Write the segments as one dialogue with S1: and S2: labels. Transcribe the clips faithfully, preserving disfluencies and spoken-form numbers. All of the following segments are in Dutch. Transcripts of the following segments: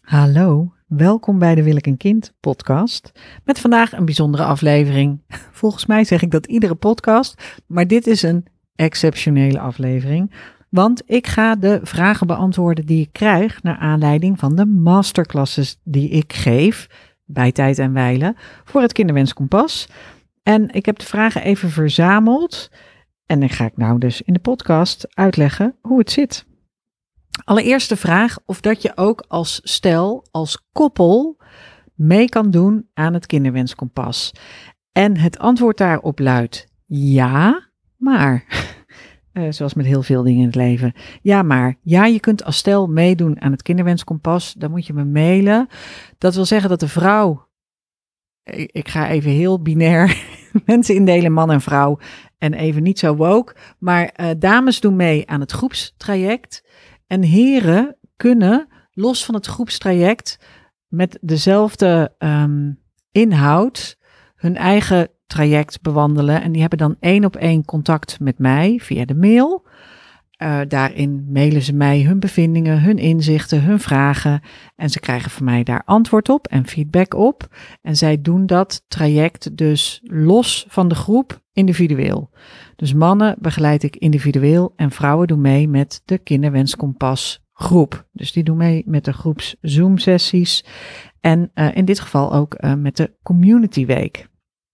S1: Hallo, welkom bij de Wil ik een kind podcast. Met vandaag een bijzondere aflevering. Volgens mij zeg ik dat iedere podcast, maar dit is een exceptionele aflevering. Want ik ga de vragen beantwoorden die ik krijg naar aanleiding van de masterclasses die ik geef bij Tijd en Wijlen voor het Kinderwenskompas. En ik heb de vragen even verzameld en dan ga ik nou dus in de podcast uitleggen hoe het zit. Allereerst de vraag of dat je ook als stel, als koppel, mee kan doen aan het Kinderwenskompas. En het antwoord daarop luidt ja, maar. Uh, zoals met heel veel dingen in het leven. Ja, maar. Ja, je kunt als stel meedoen aan het Kinderwenskompas. Dan moet je me mailen. Dat wil zeggen dat de vrouw, ik, ik ga even heel binair mensen indelen, man en vrouw. En even niet zo woke. Maar uh, dames doen mee aan het groepstraject. En heren kunnen los van het groepstraject met dezelfde um, inhoud hun eigen traject bewandelen. En die hebben dan één op één contact met mij via de mail. Uh, daarin mailen ze mij hun bevindingen, hun inzichten, hun vragen. En ze krijgen van mij daar antwoord op en feedback op. En zij doen dat traject dus los van de groep individueel. Dus mannen begeleid ik individueel en vrouwen doen mee met de Kinderwenskompas groep. Dus die doen mee met de groeps Zoom sessies en uh, in dit geval ook uh, met de Community Week.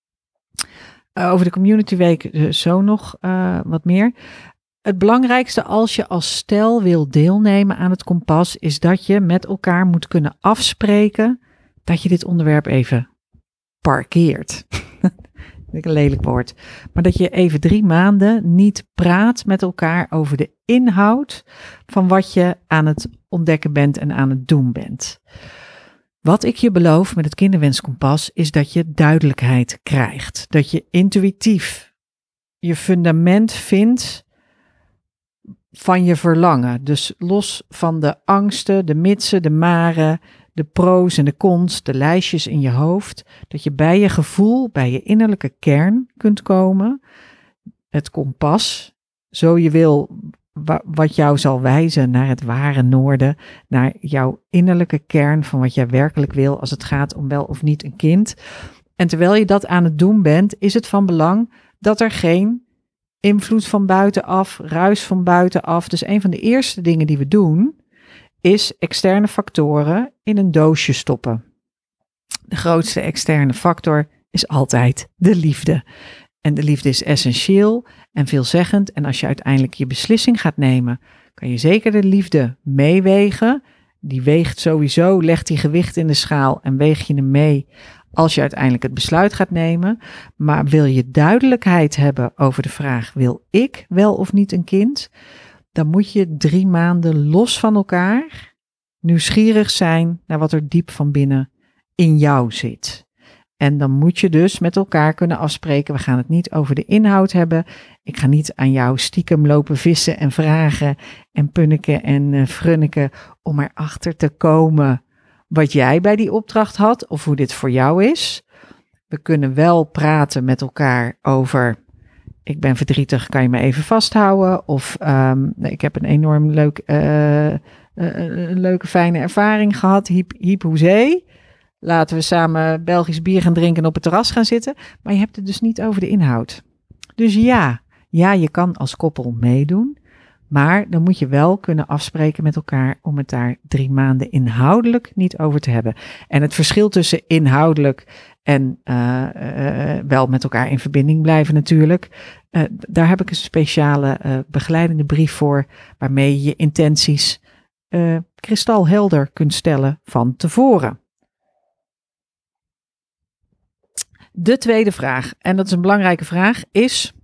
S1: Uh, over de Community Week uh, zo nog uh, wat meer. Het belangrijkste als je als stel wil deelnemen aan het kompas is dat je met elkaar moet kunnen afspreken dat je dit onderwerp even parkeert. Een lelijk woord. Maar dat je even drie maanden niet praat met elkaar over de inhoud van wat je aan het ontdekken bent en aan het doen bent. Wat ik je beloof met het Kinderwenskompas is dat je duidelijkheid krijgt. Dat je intuïtief je fundament vindt van je verlangen. Dus los van de angsten, de mitsen, de maren, de pro's en de cons, de lijstjes in je hoofd, dat je bij je gevoel, bij je innerlijke kern kunt komen. Het kompas, zo je wil, wa- wat jou zal wijzen naar het ware noorden, naar jouw innerlijke kern van wat jij werkelijk wil als het gaat om wel of niet een kind. En terwijl je dat aan het doen bent, is het van belang dat er geen invloed van buitenaf, ruis van buitenaf. Dus een van de eerste dingen die we doen is externe factoren in een doosje stoppen. De grootste externe factor is altijd de liefde. En de liefde is essentieel en veelzeggend. En als je uiteindelijk je beslissing gaat nemen, kan je zeker de liefde meewegen. Die weegt sowieso, legt die gewicht in de schaal en weeg je hem mee als je uiteindelijk het besluit gaat nemen. Maar wil je duidelijkheid hebben over de vraag, wil ik wel of niet een kind? Dan moet je drie maanden los van elkaar nieuwsgierig zijn naar wat er diep van binnen in jou zit. En dan moet je dus met elkaar kunnen afspreken, we gaan het niet over de inhoud hebben. Ik ga niet aan jou stiekem lopen vissen en vragen en punniken en uh, frunniken om erachter te komen wat jij bij die opdracht had of hoe dit voor jou is. We kunnen wel praten met elkaar over, ik ben verdrietig, kan je me even vasthouden? Of um, ik heb een enorm leuk, uh, uh, een leuke fijne ervaring gehad, hiep, hiep hoezee. Laten we samen Belgisch bier gaan drinken en op het terras gaan zitten. Maar je hebt het dus niet over de inhoud. Dus ja, ja, je kan als koppel meedoen. Maar dan moet je wel kunnen afspreken met elkaar om het daar drie maanden inhoudelijk niet over te hebben. En het verschil tussen inhoudelijk en uh, uh, wel met elkaar in verbinding blijven natuurlijk. Uh, daar heb ik een speciale uh, begeleidende brief voor, waarmee je je intenties uh, kristalhelder kunt stellen van tevoren. De tweede vraag, en dat is een belangrijke vraag, is,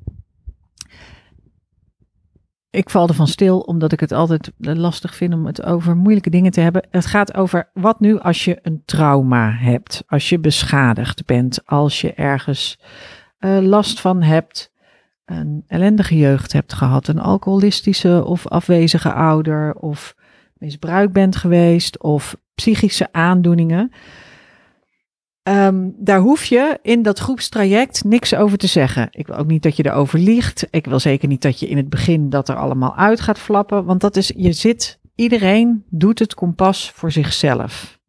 S1: ik val ervan stil omdat ik het altijd lastig vind om het over moeilijke dingen te hebben. Het gaat over wat nu als je een trauma hebt, als je beschadigd bent, als je ergens uh, last van hebt, een ellendige jeugd hebt gehad, een alcoholistische of afwezige ouder of misbruikt bent geweest of psychische aandoeningen. Um, daar hoef je in dat groepstraject niks over te zeggen. Ik wil ook niet dat je erover liegt. Ik wil zeker niet dat je in het begin dat er allemaal uit gaat flappen. Want dat is, je zit, iedereen doet het kompas voor zichzelf.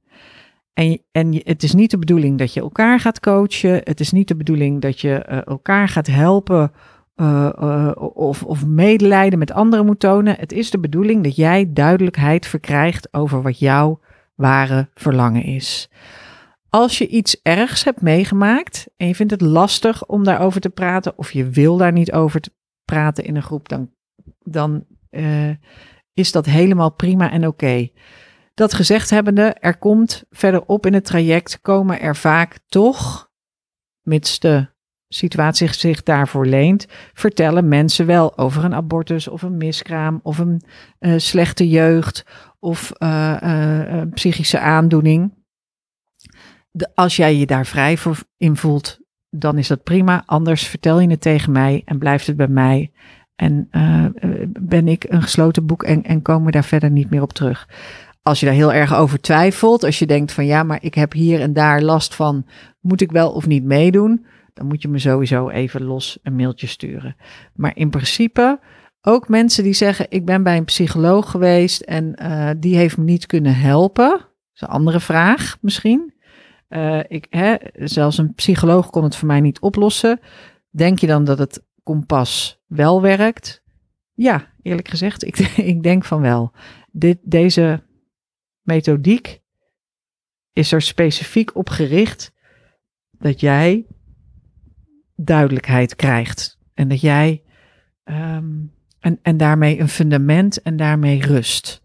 S1: En, en je, het is niet de bedoeling dat je elkaar gaat coachen. Het is niet de bedoeling dat je uh, elkaar gaat helpen uh, uh, of, of medelijden met anderen moet tonen. Het is de bedoeling dat jij duidelijkheid verkrijgt over wat jouw ware verlangen is. Als je iets ergs hebt meegemaakt en je vindt het lastig om daarover te praten of je wil daar niet over te praten in een groep, dan, dan uh, is dat helemaal prima en oké. Okay. Dat gezegd hebbende, er komt verderop in het traject, komen er vaak toch, mits de situatie zich daarvoor leent, vertellen mensen wel over een abortus of een miskraam of een uh, slechte jeugd of uh, uh, een psychische aandoening. De, als jij je daar vrij voor in voelt, dan is dat prima. Anders vertel je het tegen mij en blijft het bij mij. En uh, ben ik een gesloten boek en, en komen we daar verder niet meer op terug. Als je daar heel erg over twijfelt, als je denkt van ja, maar ik heb hier en daar last van, moet ik wel of niet meedoen? Dan moet je me sowieso even los een mailtje sturen. Maar in principe, ook mensen die zeggen, ik ben bij een psycholoog geweest en uh, die heeft me niet kunnen helpen. Dat is een andere vraag misschien. Uh, ik, hè, zelfs een psycholoog kon het voor mij niet oplossen. Denk je dan dat het kompas wel werkt? Ja, eerlijk gezegd, ik, ik denk van wel. Dit, deze methodiek is er specifiek op gericht dat jij duidelijkheid krijgt. En dat jij um, en, en daarmee een fundament en daarmee rust.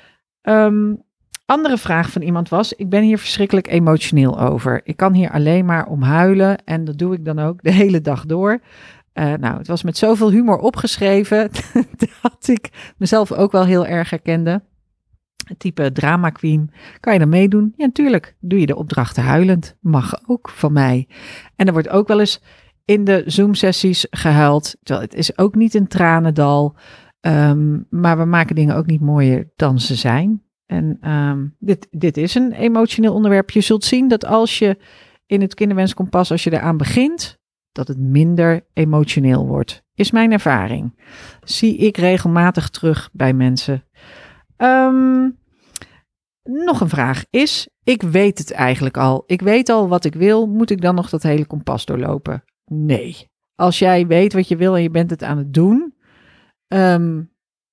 S1: Um, andere vraag van iemand was, ik ben hier verschrikkelijk emotioneel over. Ik kan hier alleen maar om huilen en dat doe ik dan ook de hele dag door. Uh, nou, het was met zoveel humor opgeschreven dat ik mezelf ook wel heel erg herkende. Het type drama queen. Kan je dan meedoen? Ja, natuurlijk. Doe je de opdrachten huilend. Mag ook van mij. En er wordt ook wel eens in de Zoom-sessies gehuild. Terwijl het is ook niet een tranendal. Um, maar we maken dingen ook niet mooier dan ze zijn. En um, dit, dit is een emotioneel onderwerp. Je zult zien dat als je in het kinderwenskompas, als je eraan begint, dat het minder emotioneel wordt. Is mijn ervaring. Zie ik regelmatig terug bij mensen. Um, nog een vraag is, ik weet het eigenlijk al. Ik weet al wat ik wil. Moet ik dan nog dat hele kompas doorlopen? Nee. Als jij weet wat je wil en je bent het aan het doen, um,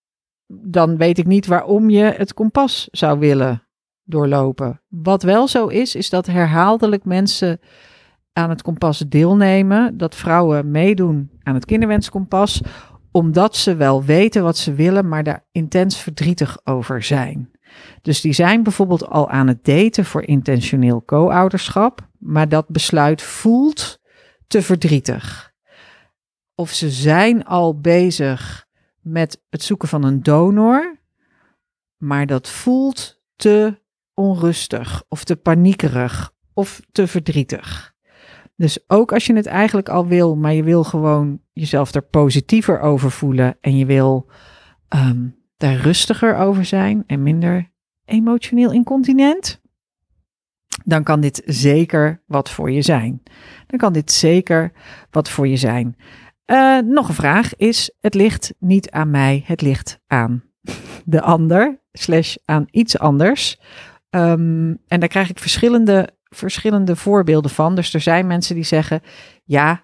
S1: dan weet ik niet waarom je het kompas zou willen doorlopen. Wat wel zo is, is dat herhaaldelijk mensen aan het kompas deelnemen, dat vrouwen meedoen aan het kinderwenskompas, omdat ze wel weten wat ze willen, maar daar intens verdrietig over zijn. Dus die zijn bijvoorbeeld al aan het daten voor intentioneel co-ouderschap, maar dat besluit voelt te verdrietig. Of ze zijn al bezig met het zoeken van een donor, maar dat voelt te onrustig of te paniekerig of te verdrietig. Dus ook als je het eigenlijk al wil, maar je wil gewoon jezelf er positiever over voelen en je wil um, daar rustiger over zijn en minder emotioneel incontinent, dan kan dit zeker wat voor je zijn. Dan kan dit zeker wat voor je zijn. Uh, nog een vraag is, het ligt niet aan mij, het ligt aan de ander, slash aan iets anders. Um, en daar krijg ik verschillende, verschillende voorbeelden van. Dus er zijn mensen die zeggen, ja,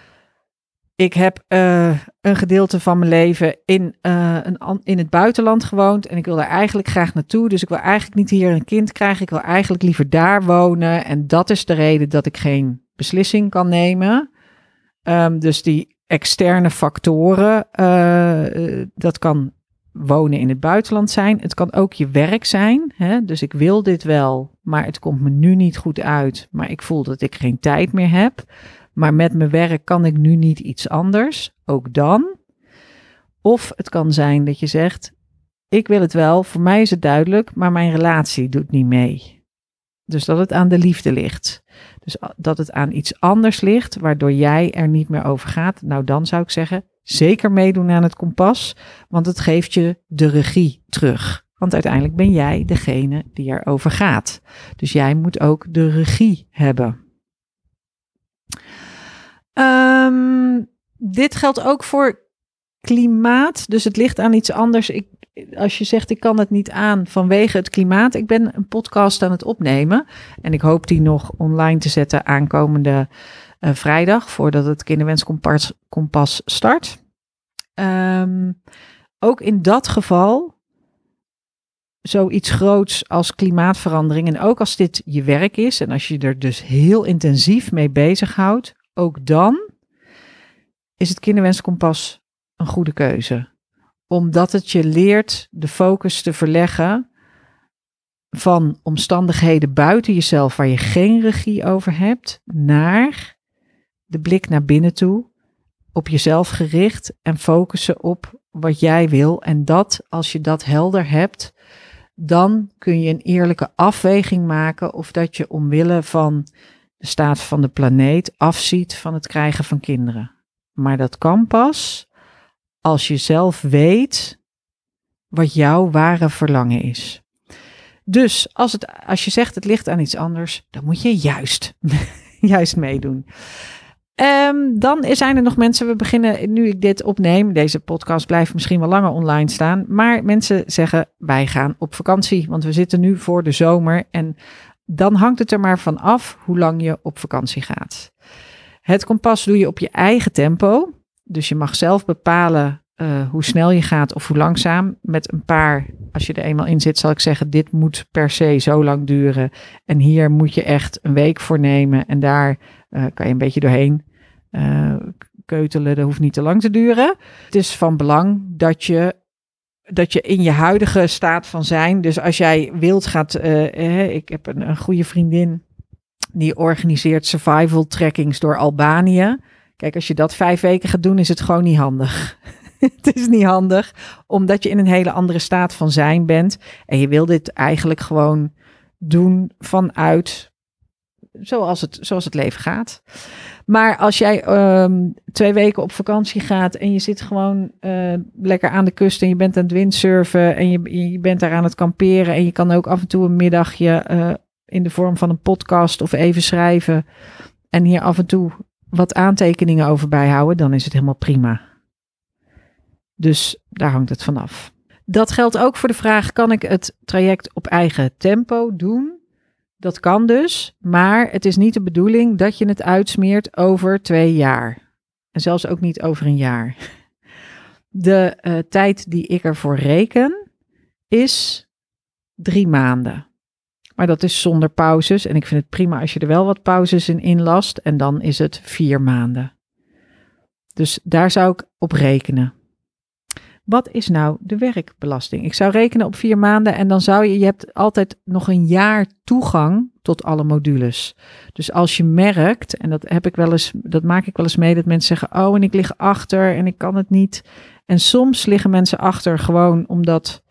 S1: ik heb uh, een gedeelte van mijn leven in, uh, een, in het buitenland gewoond en ik wil daar eigenlijk graag naartoe. Dus ik wil eigenlijk niet hier een kind krijgen, ik wil eigenlijk liever daar wonen. En dat is de reden dat ik geen beslissing kan nemen. Um, dus die externe factoren, uh, dat kan wonen in het buitenland zijn. Het kan ook je werk zijn. Hè? Dus ik wil dit wel, maar het komt me nu niet goed uit. Maar ik voel dat ik geen tijd meer heb. Maar met mijn werk kan ik nu niet iets anders. Ook dan. Of het kan zijn dat je zegt, ik wil het wel, voor mij is het duidelijk, maar mijn relatie doet niet mee. Dus dat het aan de liefde ligt. Dus dat het aan iets anders ligt, waardoor jij er niet meer over gaat. Nou, dan zou ik zeggen, zeker meedoen aan het kompas, want het geeft je de regie terug. Want uiteindelijk ben jij degene die erover gaat. Dus jij moet ook de regie hebben. Um, dit geldt ook voor klimaat, dus het ligt aan iets anders. Ik, als je zegt ik kan het niet aan vanwege het klimaat. Ik ben een podcast aan het opnemen en ik hoop die nog online te zetten aankomende uh, vrijdag voordat het Kinderwenskompas kompas start. Um, ook in dat geval zoiets groots als klimaatverandering en ook als dit je werk is en als je er dus heel intensief mee bezighoudt, ook dan is het Kinderwenskompas een goede keuze. Omdat het je leert de focus te verleggen van omstandigheden buiten jezelf waar je geen regie over hebt, naar de blik naar binnen toe, op jezelf gericht en focussen op wat jij wil. En dat, als je dat helder hebt, dan kun je een eerlijke afweging maken of dat je omwille van de staat van de planeet afziet van het krijgen van kinderen. Maar dat kan pas als je zelf weet wat jouw ware verlangen is. Dus als, het, als je zegt het ligt aan iets anders, dan moet je juist, juist meedoen. Um, dan zijn er nog mensen, we beginnen, nu ik dit opneem, deze podcast blijft misschien wel langer online staan, maar mensen zeggen wij gaan op vakantie, want we zitten nu voor de zomer en dan hangt het er maar van af hoe lang je op vakantie gaat. Het kompas doe je op je eigen tempo, dus je mag zelf bepalen uh, hoe snel je gaat of hoe langzaam. Met een paar, als je er eenmaal in zit, zal ik zeggen, dit moet per se zo lang duren. En hier moet je echt een week voor nemen en daar uh, kan je een beetje doorheen uh, keutelen. Dat hoeft niet te lang te duren. Het is van belang dat je, dat je in je huidige staat van zijn, dus als jij wilt gaat, uh, eh, ik heb een, een goede vriendin die organiseert survival trekkings door Albanië. Kijk, als je dat vijf weken gaat doen, is het gewoon niet handig. Het is niet handig, omdat je in een hele andere staat van zijn bent. En je wil dit eigenlijk gewoon doen vanuit zoals het, zoals het leven gaat. Maar als jij um, twee weken op vakantie gaat en je zit gewoon uh, lekker aan de kust en je bent aan het windsurfen en je, je bent daar aan het kamperen en je kan ook af en toe een middagje uh, in de vorm van een podcast of even schrijven en hier af en toe wat aantekeningen over bijhouden, dan is het helemaal prima. Dus daar hangt het vanaf. Dat geldt ook voor de vraag, kan ik het traject op eigen tempo doen? Dat kan dus, maar het is niet de bedoeling dat je het uitsmeert over twee jaar. En zelfs ook niet over een jaar. De uh, tijd die ik ervoor reken is drie maanden. Maar dat is zonder pauzes en ik vind het prima als je er wel wat pauzes in inlast en dan is het vier maanden. Dus daar zou ik op rekenen. Wat is nou de werkbelasting? Ik zou rekenen op vier maanden en dan zou je, je hebt altijd nog een jaar toegang tot alle modules. Dus als je merkt, en dat heb ik wel eens, dat maak ik wel eens mee, dat mensen zeggen, oh en ik lig achter en ik kan het niet. En soms liggen mensen achter gewoon omdat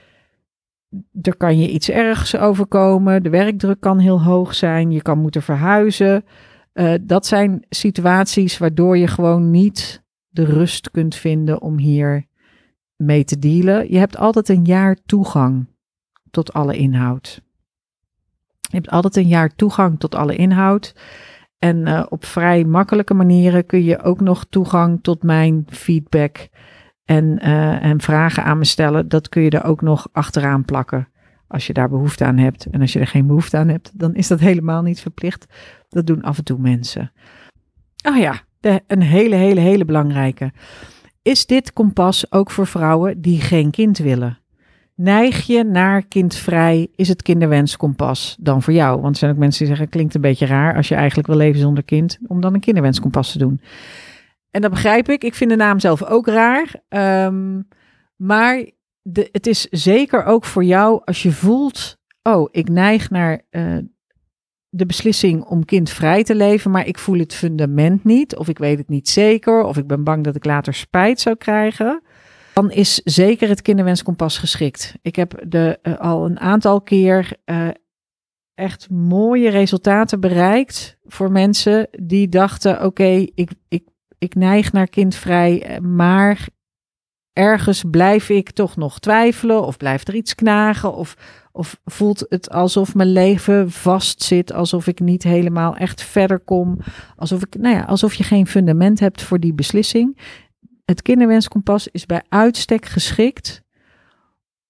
S1: er kan je iets ergs overkomen, de werkdruk kan heel hoog zijn, je kan moeten verhuizen. Uh, dat zijn situaties waardoor je gewoon niet de rust kunt vinden om hier mee te dealen. Je hebt altijd een jaar toegang tot alle inhoud. Je hebt altijd een jaar toegang tot alle inhoud. En uh, op vrij makkelijke manieren kun je ook nog toegang tot mijn feedback en, uh, en vragen aan me stellen. Dat kun je er ook nog achteraan plakken als je daar behoefte aan hebt. En als je er geen behoefte aan hebt, dan is dat helemaal niet verplicht. Dat doen af en toe mensen. Oh ja, de, een hele, hele, hele belangrijke. Is dit kompas ook voor vrouwen die geen kind willen? Neig je naar kindvrij, is het kinderwenskompas dan voor jou? Want er zijn ook mensen die zeggen, klinkt een beetje raar als je eigenlijk wil leven zonder kind, om dan een kinderwenskompas te doen. En dat begrijp ik. Ik vind de naam zelf ook raar. Um, maar de, het is zeker ook voor jou als je voelt, oh, ik neig naar uh, de beslissing om kindvrij te leven, maar ik voel het fundament niet, of ik weet het niet zeker, of ik ben bang dat ik later spijt zou krijgen. Dan is zeker het kinderwenskompas geschikt. Ik heb de, uh, al een aantal keer uh, echt mooie resultaten bereikt voor mensen die dachten, oké, okay, ik, ik, ik neig naar kindvrij, maar ergens blijf ik toch nog twijfelen of blijft er iets knagen of, of voelt het alsof mijn leven vastzit, alsof ik niet helemaal echt verder kom, alsof ik, nou ja, alsof je geen fundament hebt voor die beslissing. Het kinderwenskompas is bij uitstek geschikt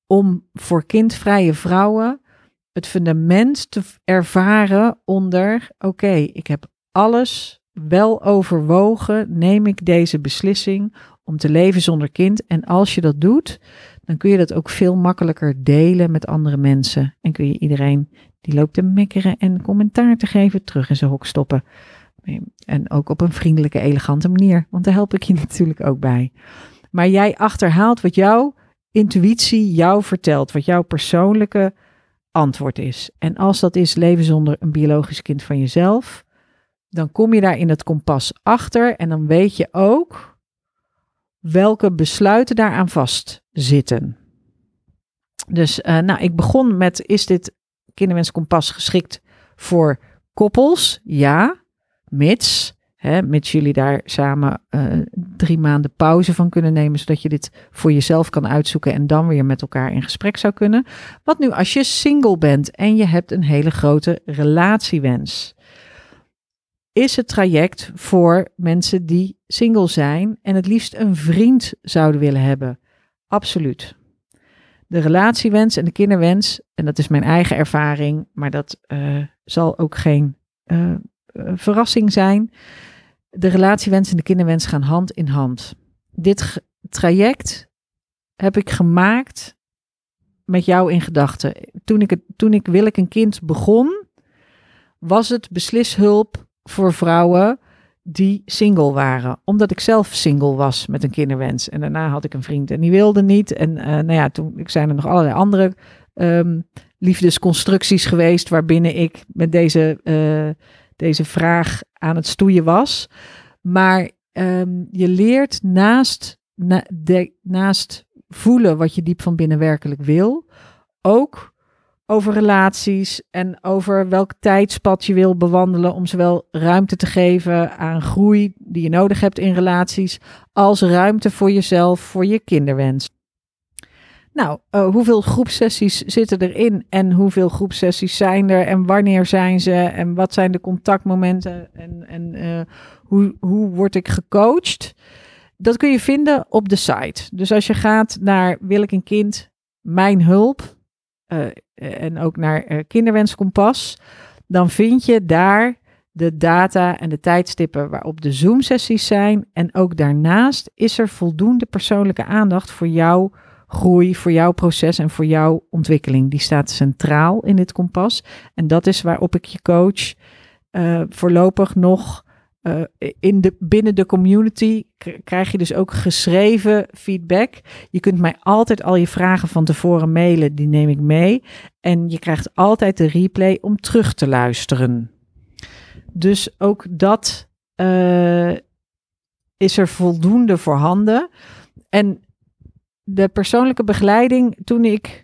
S1: om voor kindvrije vrouwen het fundament te ervaren onder, oké, okay, ik heb alles wel overwogen, neem ik deze beslissing om te leven zonder kind. En als je dat doet, dan kun je dat ook veel makkelijker delen met andere mensen. En kun je iedereen die loopt te mekkeren en commentaar te geven terug in zijn hok stoppen. En ook op een vriendelijke, elegante manier, want daar help ik je natuurlijk ook bij. Maar jij achterhaalt wat jouw intuïtie jou vertelt, wat jouw persoonlijke antwoord is. En als dat is leven zonder een biologisch kind van jezelf, dan kom je daar in het kompas achter en dan weet je ook welke besluiten daaraan vastzitten. Dus uh, nou, ik begon met, is dit kinderwenskompas geschikt voor koppels? Ja, mits, hè, mits jullie daar samen uh, drie maanden pauze van kunnen nemen, zodat je dit voor jezelf kan uitzoeken en dan weer met elkaar in gesprek zou kunnen. Wat nu als je single bent en je hebt een hele grote relatiewens? Is het traject voor mensen die single zijn en het liefst een vriend zouden willen hebben? Absoluut. De relatiewens en de kinderwens, en dat is mijn eigen ervaring, maar dat uh, zal ook geen uh, uh, verrassing zijn. De relatiewens en de kinderwens gaan hand in hand. Dit g- traject heb ik gemaakt met jou in gedachten. Toen ik, het, toen ik Wil ik een kind begon, was het beslishulp voor vrouwen die single waren. Omdat ik zelf single was met een kinderwens. En daarna had ik een vriend en die wilde niet. En uh, nou ja, toen zijn er nog allerlei andere um, liefdesconstructies geweest waarbinnen ik met deze, uh, deze vraag aan het stoeien was. Maar um, je leert naast, na, de, naast voelen wat je diep van binnen werkelijk wil, ook over relaties en over welk tijdspad je wil bewandelen om zowel ruimte te geven aan groei die je nodig hebt in relaties, als ruimte voor jezelf, voor je kinderwens. Nou, uh, hoeveel groepsessies zitten erin en hoeveel groepsessies zijn er en wanneer zijn ze en wat zijn de contactmomenten en, en uh, hoe, hoe word ik gecoacht? Dat kun je vinden op de site. Dus als je gaat naar Wil ik een kind, mijn hulp, Uh, en ook naar uh, Kinderwenskompas, dan vind je daar de data en de tijdstippen waarop de Zoom-sessies zijn. En ook daarnaast is er voldoende persoonlijke aandacht voor jouw groei, voor jouw proces en voor jouw ontwikkeling. Die staat centraal in dit kompas. En dat is waarop ik je coach uh, voorlopig nog Uh, in de, binnen de community k- krijg je dus ook geschreven feedback. Je kunt mij altijd al je vragen van tevoren mailen, die neem ik mee. En je krijgt altijd de replay om terug te luisteren. Dus ook dat uh, is er voldoende voorhanden. En de persoonlijke begeleiding, toen ik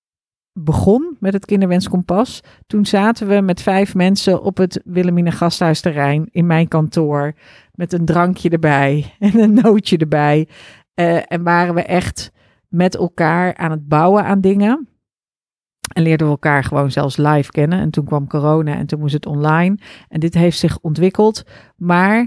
S1: begon met het Kinderwenskompas, toen zaten we met vijf mensen op het Wilhelmina Gasthuisterrein in mijn kantoor met een drankje erbij en een nootje erbij. Uh, en waren we echt met elkaar aan het bouwen aan dingen. En leerden we elkaar gewoon zelfs live kennen. En toen kwam corona en toen moest het online. En dit heeft zich ontwikkeld. Maar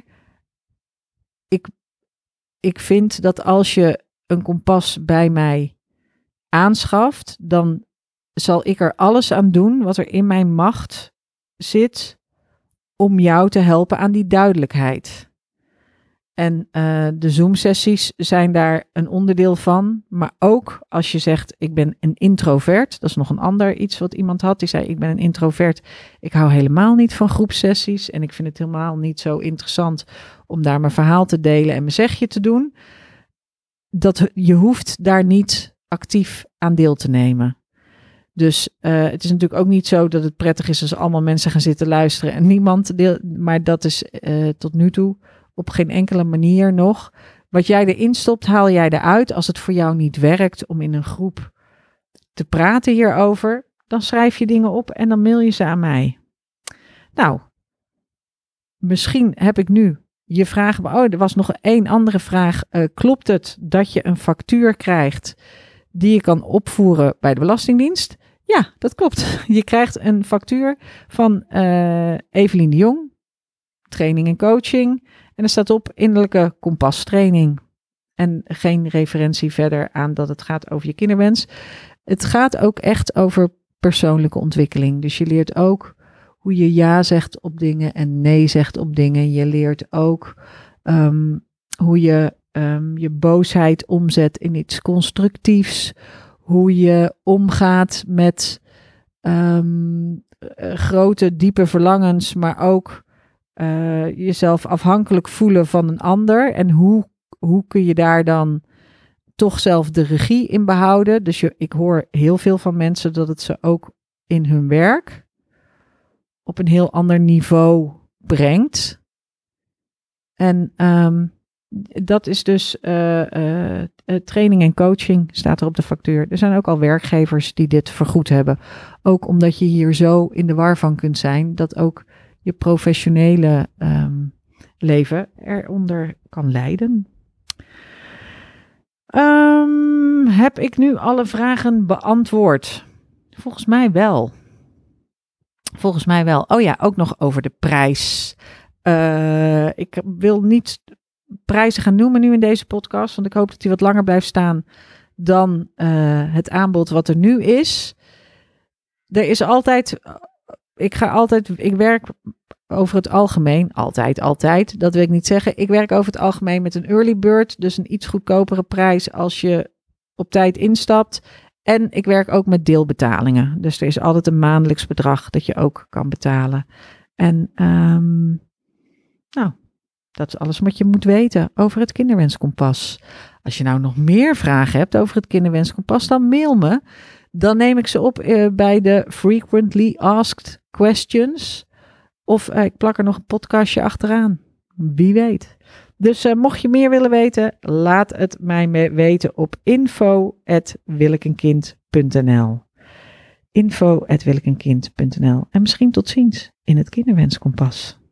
S1: ik, ik vind dat als je een kompas bij mij aanschaft, dan zal ik er alles aan doen wat er in mijn macht zit om jou te helpen aan die duidelijkheid. En uh, de Zoom-sessies zijn daar een onderdeel van. Maar ook als je zegt, ik ben een introvert. Dat is nog een ander iets wat iemand had. Die zei, ik ben een introvert. Ik hou helemaal niet van groepsessies. En ik vind het helemaal niet zo interessant om daar mijn verhaal te delen en mijn zegje te doen. Dat, je hoeft daar niet actief aan deel te nemen. Dus uh, het is natuurlijk ook niet zo dat het prettig is als allemaal mensen gaan zitten luisteren en niemand deel. Maar dat is uh, tot nu toe op geen enkele manier nog. Wat jij erin stopt, haal jij eruit. Als het voor jou niet werkt om in een groep te praten hierover, dan schrijf je dingen op en dan mail je ze aan mij. Nou, misschien heb ik nu je vraag. Oh, er was nog één andere vraag. Uh, klopt het dat je een factuur krijgt die je kan opvoeren bij de Belastingdienst? Ja, dat klopt. Je krijgt een factuur van uh, Evelien de Jong, training en coaching. En er staat op innerlijke kompastraining. En geen referentie verder aan dat het gaat over je kinderwens. het gaat ook echt over persoonlijke ontwikkeling. Dus je leert ook hoe je ja zegt op dingen en nee zegt op dingen. Je leert ook um, hoe je um, je boosheid omzet in iets constructiefs. Hoe je omgaat met um, grote, diepe verlangens, maar ook uh, jezelf afhankelijk voelen van een ander. En hoe, hoe kun je daar dan toch zelf de regie in behouden. Dus je, ik hoor heel veel van mensen dat het ze ook in hun werk op een heel ander niveau brengt. En um, dat is dus uh, uh, training en coaching staat er op de factuur. Er zijn ook al werkgevers die dit vergoed hebben. Ook omdat je hier zo in de war van kunt zijn dat ook je professionele um, leven eronder kan lijden. Um, heb ik nu alle vragen beantwoord? Volgens mij wel. Volgens mij wel. Oh ja, ook nog over de prijs. Uh, ik wil niet prijzen gaan noemen nu in deze podcast, want ik hoop dat die wat langer blijft staan dan uh, het aanbod wat er nu is. Er is altijd, ik ga altijd, ik werk over het algemeen, altijd, altijd, dat wil ik niet zeggen. Ik werk over het algemeen met een early bird, dus een iets goedkopere prijs als je op tijd instapt. En ik werk ook met deelbetalingen. Dus er is altijd een maandelijks bedrag dat je ook kan betalen. En um, nou, dat is alles wat je moet weten over het Kinderwenskompas. Als je nou nog meer vragen hebt over het Kinderwenskompas, dan mail me. Dan neem ik ze op uh, bij de Frequently Asked Questions. Of uh, ik plak er nog een podcastje achteraan. Wie weet. Dus uh, mocht je meer willen weten, laat het mij weten op info at willekenkind punt n l. info at willekenkind punt n l. En misschien tot ziens in het Kinderwenskompas.